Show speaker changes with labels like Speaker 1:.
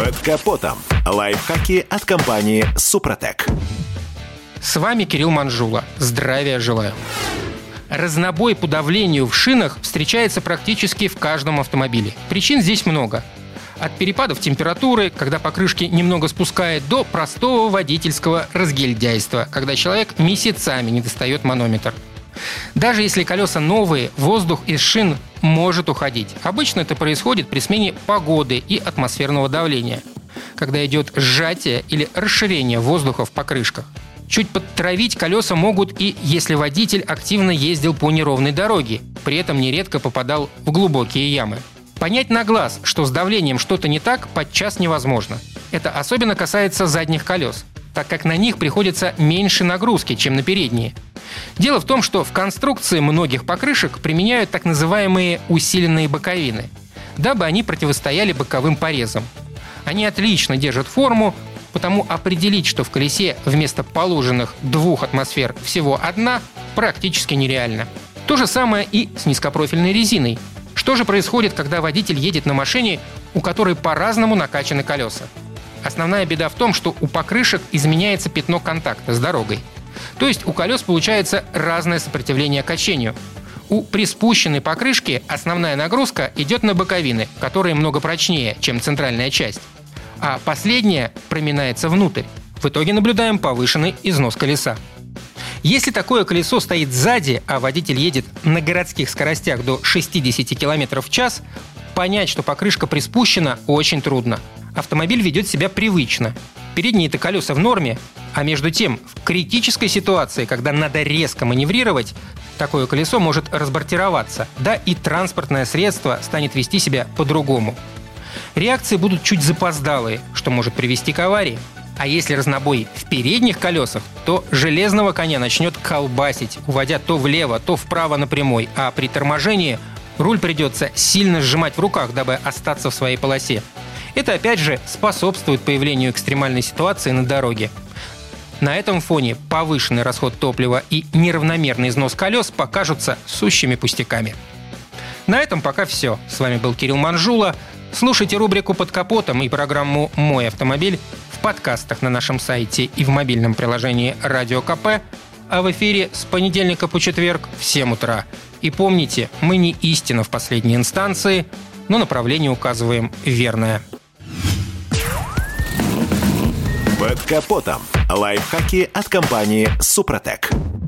Speaker 1: Под капотом. Лайфхаки от компании «Супротек».
Speaker 2: С вами Кирилл Манжула. Здравия желаю. Разнобой по давлению в шинах встречается практически в каждом автомобиле. Причин здесь много. От перепадов температуры, когда покрышки немного спускает, до простого водительского разгильдяйства, когда человек месяцами не достает манометр. Даже если колеса новые, воздух из шин может уходить. Обычно это происходит при смене погоды и атмосферного давления, когда идет сжатие или расширение воздуха в покрышках. Чуть подтравить колеса могут и если водитель активно ездил по неровной дороге, при этом нередко попадал в глубокие ямы. Понять на глаз, что с давлением что-то не так, подчас невозможно. Это особенно касается задних колес, так как на них приходится меньше нагрузки, чем на передние. Дело в том, что в конструкции многих покрышек применяют так называемые усиленные боковины, дабы они противостояли боковым порезам. Они отлично держат форму, потому определить, что в колесе вместо положенных 2 атмосфер всего 1, практически нереально. То же самое и с низкопрофильной резиной. Что же происходит, когда водитель едет на машине, у которой по-разному накачаны колеса? Основная беда в том, что у покрышек изменяется пятно контакта с дорогой. То есть у колес получается разное сопротивление качению. У приспущенной покрышки основная нагрузка идет на боковины, которые много прочнее, чем центральная часть. А последняя проминается внутрь. В итоге наблюдаем повышенный износ колеса. Если такое колесо стоит сзади, а водитель едет на городских скоростях до 60 км в час, понять, что покрышка приспущена, очень трудно. Автомобиль ведет себя привычно. Передние-то колеса в норме, а между тем, в критической ситуации, когда надо резко маневрировать, такое колесо может разбортироваться, да и транспортное средство станет вести себя по-другому. Реакции будут чуть запоздалые, что может привести к аварии. А если разнобой в передних колесах, то железного коня начнет колбасить, уводя то влево, то вправо на прямой, а при торможении руль придется сильно сжимать в руках, дабы остаться в своей полосе. Это опять же способствует появлению экстремальной ситуации на дороге. На этом фоне повышенный расход топлива и неравномерный износ колес покажутся сущими пустяками. На этом пока все. С вами был Кирилл Манжула. Слушайте рубрику «Под капотом» и программу «Мой автомобиль» в подкастах на нашем сайте и в мобильном приложении «Радио КП», а в эфире с понедельника по четверг в 7 утра. И помните, мы не истина в последней инстанции, но направление указываем верное.
Speaker 1: Под капотом. Лайфхаки от компании «Супротек».